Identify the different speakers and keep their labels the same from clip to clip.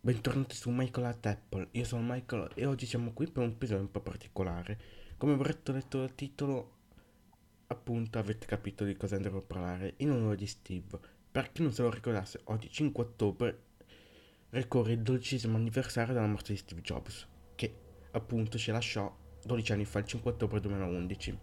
Speaker 1: Bentornati su Michael at Apple, io sono Michael e oggi siamo qui per un episodio un po' particolare. Come avrete letto dal titolo, appunto avete capito di cosa andrò a parlare in onore di Steve. Per chi non se lo ricordasse, oggi 5 ottobre ricorre il 12° anniversario della morte di Steve Jobs, che appunto ci lasciò 12 anni fa, il 5 ottobre 2011.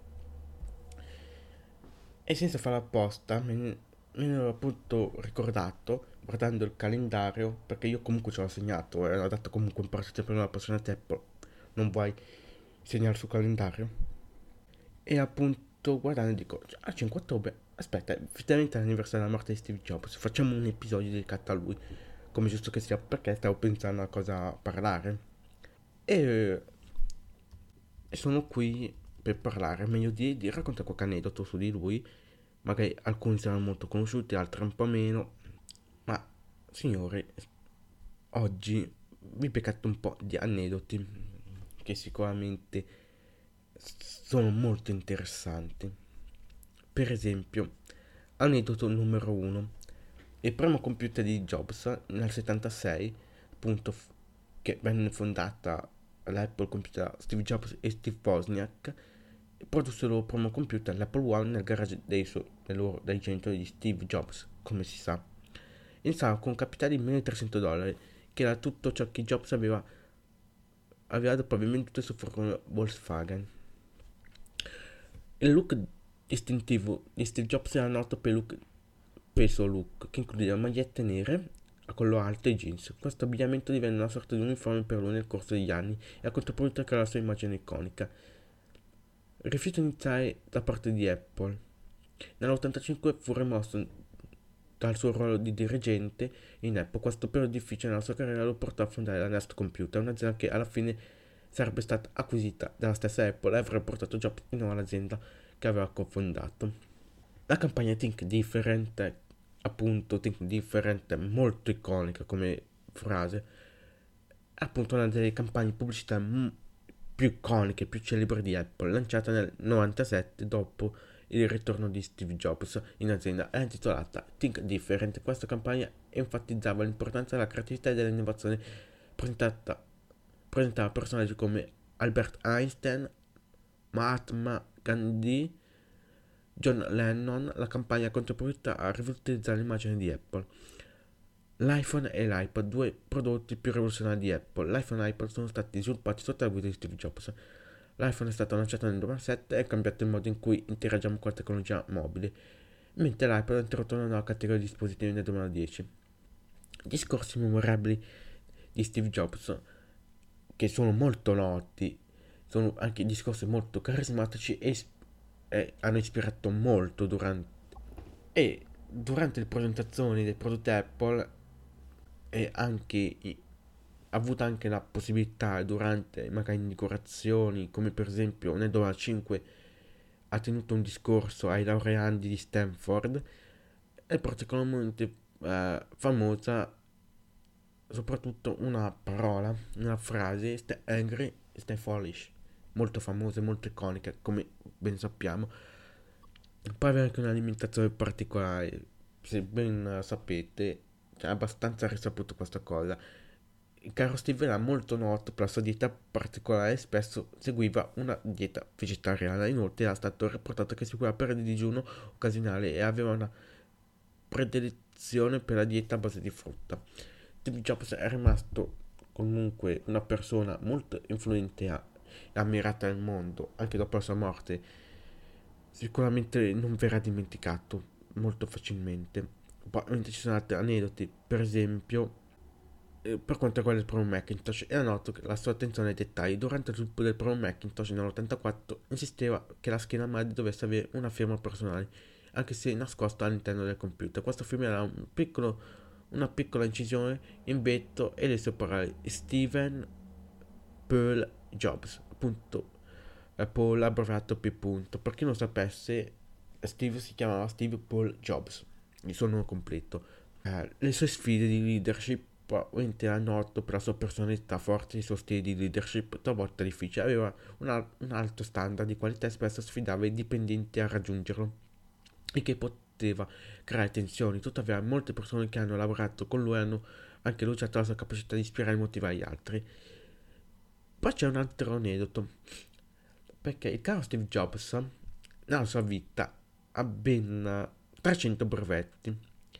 Speaker 1: E senza farla apposta, me ne ero appunto ricordato guardando il calendario, perché io comunque ce l'ho segnato e l'ho dato comunque un po' di tempo alla persona Apple. Non vuoi segnare sul calendario? E appunto guardando dico, ah 5 ottobre, aspetta, effettivamente è l'anniversario della morte di Steve Jobs, facciamo un episodio dedicato a lui, come giusto che sia, perché stavo pensando a cosa parlare. E sono qui per parlare meglio di raccontare qualche aneddoto su di lui. Magari alcuni saranno molto conosciuti, altri un po' meno. Ma signori, oggi vi peccate un po' di aneddoti che sicuramente sono molto interessanti. Per esempio, aneddoto numero 1. Il primo computer di Jobs nel 76, appunto, che venne fondata l'Apple Computer Steve Jobs e Steve Wozniak, produsse il loro primo computer, l'Apple One, nel garage dei genitori di Steve Jobs, come si sa. Iniziava con un capitale di $1.300, che era tutto ciò che Jobs aveva dopo aver venduto il suo furgone Volkswagen. Il look distintivo di Steve Jobs era noto per il suo look, che includeva magliette nere a collo alto e jeans. Questo abbigliamento divenne una sorta di uniforme per lui nel corso degli anni e ha contribuito anche alla sua immagine iconica. Rifiuto iniziale da parte di Apple. Nell'85 fu rimosso dal suo ruolo di dirigente in Apple. Questo periodo difficile nella sua carriera lo portò a fondare la Nest Computer, un'azienda che alla fine sarebbe stata acquisita dalla stessa Apple e avrebbe portato Jobs di nuovo all'azienda che aveva cofondato. La campagna Think Different, appunto Think Different, è molto iconica come frase, è appunto una delle campagne pubblicità più iconiche, più celebri di Apple, lanciata nel 97 dopo il ritorno di Steve Jobs in azienda. È intitolata Think Different. Questa campagna enfatizzava l'importanza della creatività e dell'innovazione, presentata, presentava personaggi come Albert Einstein, Mahatma Gandhi, John Lennon. La campagna ha contribuito a rivitalizzare l'immagine di Apple. L'iPhone e l'iPad, due prodotti più rivoluzionari di Apple. L'iPhone e l'iPad sono stati sviluppati sotto la guida di Steve Jobs. L'iPhone è stato lanciato nel 2007 e ha cambiato il modo in cui interagiamo con la tecnologia mobile, mentre l'iPad ha introdotto una nuova categoria di dispositivi nel 2010. Discorsi memorabili di Steve Jobs, che sono molto noti, sono anche discorsi molto carismatici e hanno ispirato molto durante le presentazioni dei prodotti Apple, e ha avuto anche la possibilità durante magari inaugurazioni, come per esempio nel 2005 ha tenuto un discorso ai laureandi di Stanford, è particolarmente famosa soprattutto una parola, una frase, stay angry, stay foolish, molto famosa e molto iconica, come ben sappiamo. Poi avere anche un'alimentazione particolare, se ben sapete, è abbastanza risaputo questa cosa. Il caro Steve era molto noto per la sua dieta particolare e spesso seguiva una dieta vegetariana. Inoltre era stato riportato che seguiva periodi di digiuno occasionale e aveva una predilezione per la dieta a base di frutta. Steve Jobs è rimasto comunque una persona molto influente e ammirata nel mondo, anche dopo la sua morte. Sicuramente non verrà dimenticato molto facilmente. Poi ci sono altri aneddoti, per esempio, per quanto riguarda il primo Macintosh, era noto che la sua attenzione ai dettagli. Durante il sviluppo del primo Macintosh nell'84 insisteva che la scheda madre dovesse avere una firma personale, anche se nascosta all'interno del computer. Questa firma era una piccola incisione in vetro e le sue parole Steven Pearl Jobs, appunto Paul abbreviato P. Per chi non sapesse, Steve si chiamava Steve Paul Jobs, il suo nome completo. Le sue sfide di leadership probabilmente era noto per la sua personalità forte e il suo stile di leadership talvolta difficile. Aveva un alto standard di qualità e spesso sfidava i dipendenti a raggiungerlo, e che poteva creare tensioni. Tuttavia molte persone che hanno lavorato con lui hanno anche lui ha la sua capacità di ispirare e motivare gli altri. Poi c'è un altro aneddoto, perché il caro Steve Jobs, nella sua vita, ha ben 300 brevetti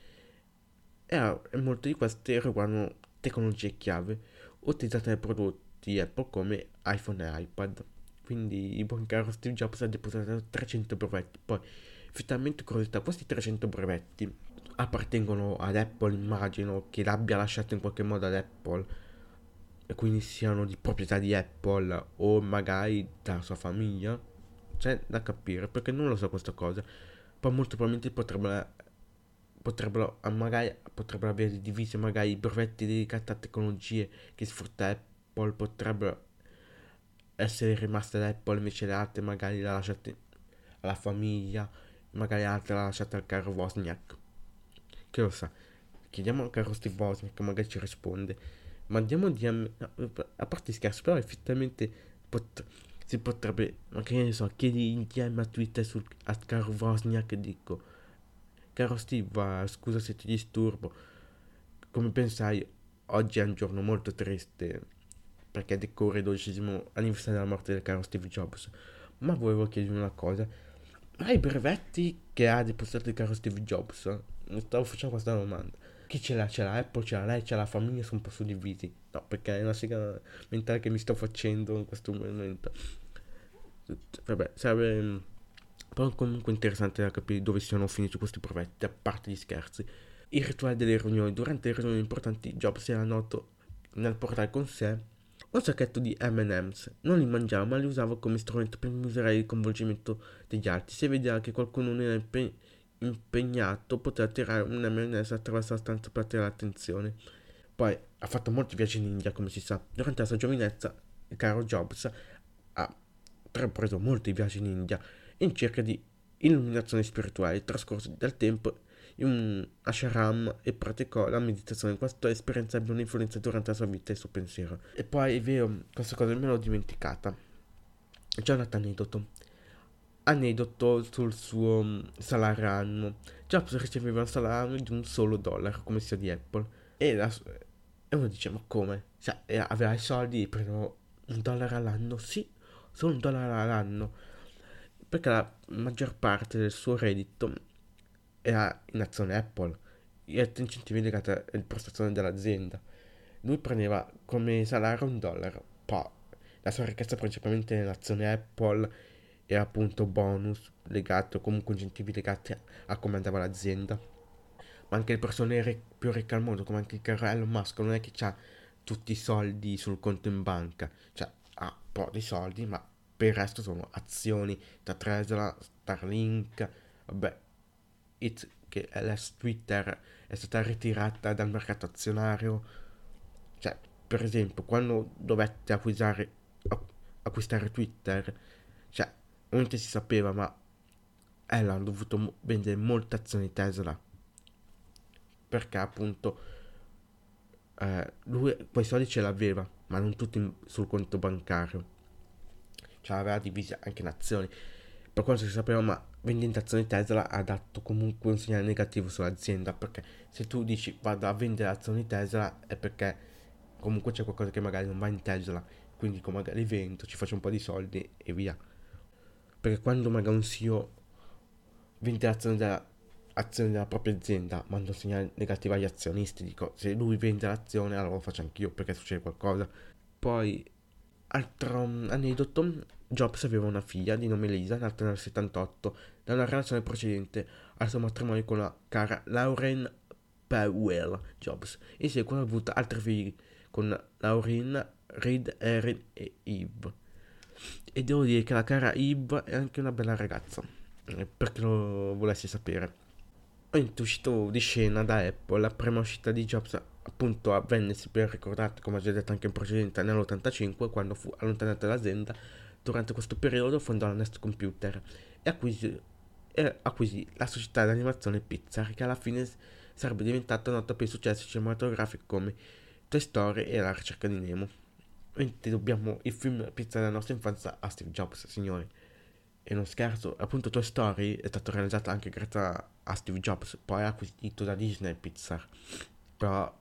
Speaker 1: e molti di questi riguardano tecnologie chiave utilizzate nei prodotti Apple come iPhone e iPad. Quindi il buon caro Steve Jobs ha depositato 300 brevetti. Poi, effettivamente, curiosità, questi 300 brevetti appartengono ad Apple, immagino che l'abbia lasciato in qualche modo ad Apple e quindi siano di proprietà di Apple o magari dalla sua famiglia. C'è da capire perché non lo so questa cosa. Poi molto probabilmente potrebbero avere divise magari i brevetti dedicati a tecnologie che sfrutta Apple, potrebbero essere rimaste ad Apple, invece le altre magari le ha lasciate alla famiglia, magari altre le ha lasciate al caro Wozniak. Che lo sa. Chiediamo al caro Steve Wozniak, magari ci risponde. Ma andiamo di no, a parte scherzi, però effettivamente si potrebbe, ma che ne so, chiedi in DM a Twitter a caro Wozniak e dico: caro Steve, scusa se ti disturbo, come pensai, oggi è un giorno molto triste perché decorre il 12° anniversario della morte del caro Steve Jobs. Ma volevo chiedere una cosa: ma i brevetti che ha depositato il caro Steve Jobs? Mi stavo facendo questa domanda. Chi ce l'ha? Ce l'ha Apple, ce l'ha lei, ce l'ha la famiglia, sono un po' suddivisi. No, perché è una sega mentale che mi sto facendo in questo momento. Vabbè, sarebbe però comunque interessante da capire dove siano finiti questi brevetti, a parte gli scherzi. Il rituale delle riunioni. Durante le riunioni importanti Jobs era noto nel portare con sé un sacchetto di M&M's. Non li mangiava, ma li usava come strumento per misurare il coinvolgimento degli altri. Se vedeva che qualcuno non era impegnato, poteva tirare un M&M's attraverso la stanza per attirare l'attenzione. Poi ha fatto molti viaggi in India, come si sa. Durante la sua giovinezza, il caro Jobs ha preso molti viaggi in India in cerca di illuminazione spirituale. Trascorso del tempo in un ashram e praticò la meditazione. Questa esperienza ebbe un'influenza durante la sua vita e il suo pensiero. E poi è vero, questa cosa me l'ho dimenticata. C'è un altro aneddoto sul suo salario annuo. Jobs riceveva un salario di $1 come sia di Apple. E uno dice: ma come? Cioè, aveva i soldi e prendono $1 all'anno? Sì, solo $1 all'anno. Perché la maggior parte del suo reddito era in azione Apple e altri incentivi legati alle prestazioni dell'azienda. Lui prendeva come salario $1, poi la sua ricchezza principalmente nell'azione Apple e appunto bonus legati o comunque incentivi legati a come andava l'azienda. Ma anche le persone più ricche al mondo, come anche il caro Elon Musk, non è che ha tutti i soldi sul conto in banca, cioè ha un po' di soldi, ma per il resto sono azioni da Tesla, Starlink, vabbè, che Twitter è stata ritirata dal mercato azionario. Cioè, per esempio, quando dovette acquistare Twitter, cioè, ovviamente si sapeva, ma Elon ha dovuto vendere molte azioni Tesla perché appunto lui quei soldi ce l'aveva, ma non tutti sul conto bancario, ce l'aveva divisi anche in azioni. Per quanto si sapeva, ma vendendo azioni Tesla ha dato comunque un segnale negativo sull'azienda, perché se tu dici vado a vendere azioni Tesla è perché comunque c'è qualcosa che magari non va in Tesla, quindi dico magari vendo, ci faccio un po' di soldi e via. Perché quando magari un CEO vende azioni della propria azienda, manda un segnale negativo agli azionisti, dico se lui vende l'azione allora lo faccio anch'io perché succede qualcosa. Poi, altro aneddoto, Jobs aveva una figlia di nome Lisa, nata nel 78, da una relazione precedente al suo matrimonio con la cara Lauren Powell Jobs. In seguito ha avuto altri figli con Lauren, Reed, Erin e Eve. E devo dire che la cara Eve è anche una bella ragazza, per chi lo volesse sapere. È uscito di scena da Apple, la prima uscita di Jobs appunto avvenne, si ben ricordato, come ho già detto anche in precedenza, nell'85, quando fu allontanato dall'azienda. Durante questo periodo fondò la Nest Computer e acquisì la società di animazione Pixar, che alla fine sarebbe diventata nota per i successi cinematografici come Toy Story e La ricerca di Nemo. Quindi dobbiamo il film Pixar della nostra infanzia a Steve Jobs, signori. E non scherzo, appunto Toy Story è stato realizzato anche grazie a Steve Jobs, poi acquisito da Disney Pixar. Però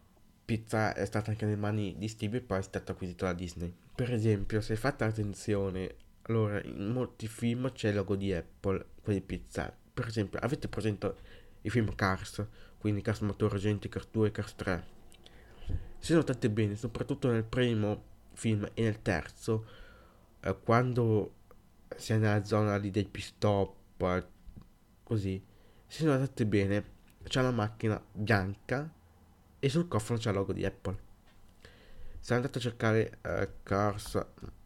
Speaker 1: Pixar è stata anche nelle mani di Steve e poi è stato acquisito da Disney. Per esempio, se fate attenzione, allora in molti film c'è il logo di Apple, quelli Pixar. Per esempio, avete presente i film Cars, quindi Cars Motoragenti, Cars 2 e Cars 3? Se notate bene, soprattutto nel primo film e nel terzo, quando si è nella zona lì dei pit stop, così, se notate bene, c'è la macchina bianca e sul cofano c'è il logo di Apple. Se andate a cercare Cars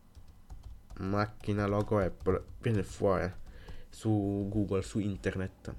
Speaker 1: macchina logo Apple, viene fuori su Google, su internet.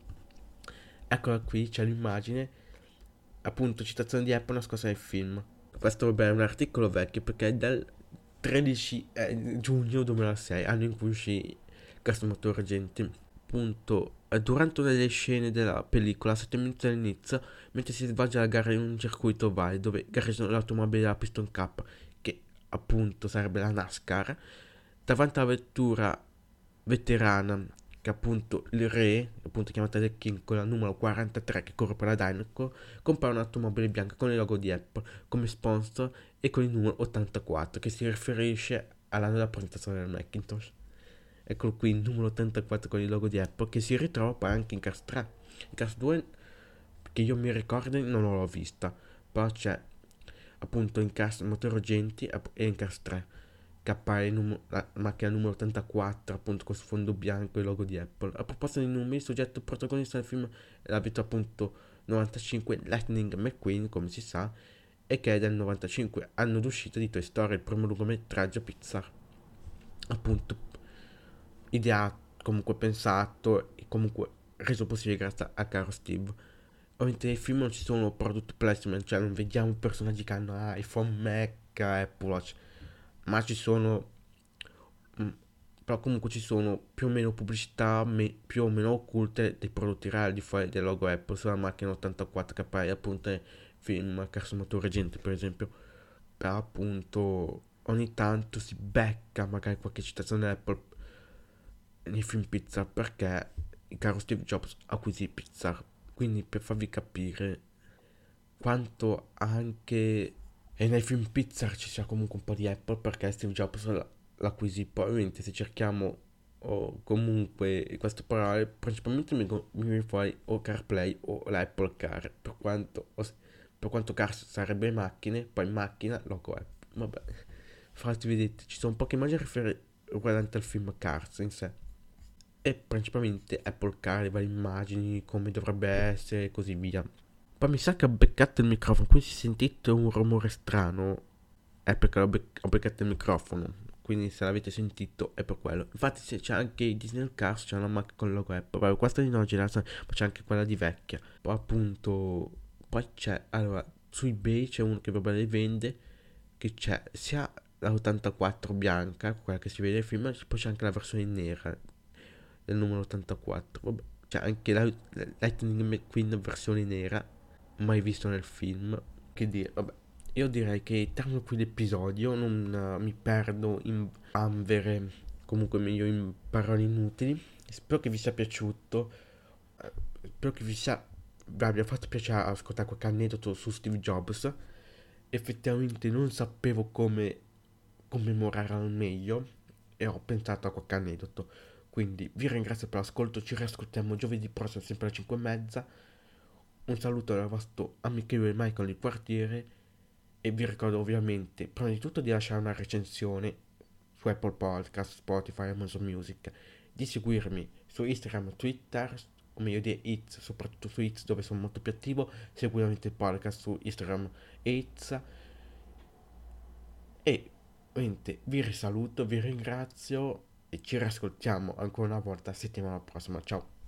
Speaker 1: Eccola qui, c'è l'immagine, appunto citazione di Apple nascosta nel film. Questo vabbè, è un articolo vecchio perché è del 13 giugno 2006, anno in cui uscì Cars Motoragenti. Appunto, durante una delle scene della pellicola, 7 minuti all'inizio, mentre si svolge la gara in un circuito ovale dove gareggiano l'automobile della Piston Cup, che appunto sarebbe la NASCAR, davanti alla vettura veterana, che appunto il re, appunto chiamata The King, con la numero 43 che corre per la Dynaco, compare un'automobile bianca con il logo di Apple come sponsor e con il numero 84 che si riferisce all'anno della presentazione del Macintosh. Eccolo qui il numero 84 con il logo di Apple che si ritrova poi anche in Cars 3. In Cars 2, che io mi ricordo, non l'ho vista, però c'è appunto in Cars Motoragenti e in Cars 3 che appare la macchina numero 84 appunto con sfondo bianco e il logo di Apple. A proposito di numeri, il soggetto protagonista del film è l'abito appunto 95 Lightning McQueen, come si sa, e che è del 95, anno d'uscita di Toy Story, il primo lungometraggio Pixar. Appunto ideato, comunque pensato e comunque reso possibile grazie a caro Steve. Ovviamente nei film non ci sono product placement, cioè non vediamo personaggi che hanno iPhone, Mac, Apple Watch, ma ci sono però comunque ci sono più o meno pubblicità più o meno occulte dei prodotti reali di fuori del logo Apple sulla macchina 84 che appare appunto nei film Cars Motoragenti per esempio. Però appunto ogni tanto si becca magari qualche citazione Apple nei film Pixar perché il caro Steve Jobs acquisì Pixar, quindi per farvi capire quanto anche e nei film Pixar ci sia comunque un po' di Apple perché Steve Jobs l'acquisì. Poi ovviamente se cerchiamo comunque queste parole principalmente mi viene fuori o CarPlay o l'Apple Car per quanto Car sarebbe macchine, poi macchina logo Apple. Vabbè, infatti vedete ci sono poche immagini riguardanti al film Cars in sé e principalmente Apple Car, le varie immagini, come dovrebbe essere e così via. Poi mi sa che ho beccato il microfono, quindi se sentite un rumore strano è perché ho beccato il microfono, quindi se l'avete sentito è per quello. Infatti se c'è anche il Disney Cars, c'è una macchina con il logo Apple, vabbè, questa di nuova generazione, ma c'è anche quella di vecchia. Poi appunto, poi c'è, allora, su eBay c'è uno che vabbè le vende, che c'è sia la 84 bianca, quella che si vede nel film, poi c'è anche la versione nera del numero 84. Vabbè, c'è anche la Lightning McQueen versione nera, mai visto nel film. Che dire, vabbè. Io direi che termino qui l'episodio, non mi perdo in anvere, comunque meglio in parole inutili. Spero che vi sia piaciuto, spero che vi abbia fatto piacere ascoltare qualche aneddoto su Steve Jobs. Effettivamente non sapevo come commemorare al meglio e ho pensato a qualche aneddoto. Quindi vi ringrazio per l'ascolto, ci riascoltiamo giovedì prossimo sempre alle 5:30. Un saluto dal vostro amichevole Michael di quartiere e vi ricordo ovviamente prima di tutto di lasciare una recensione su Apple Podcast, Spotify, Amazon Music, di seguirmi su Instagram, Twitter, o meglio dire It's, soprattutto su It's dove sono molto più attivo, seguite il podcast su Instagram e It's e ovviamente vi risaluto, vi ringrazio e ci riascoltiamo ancora una volta settimana prossima, ciao!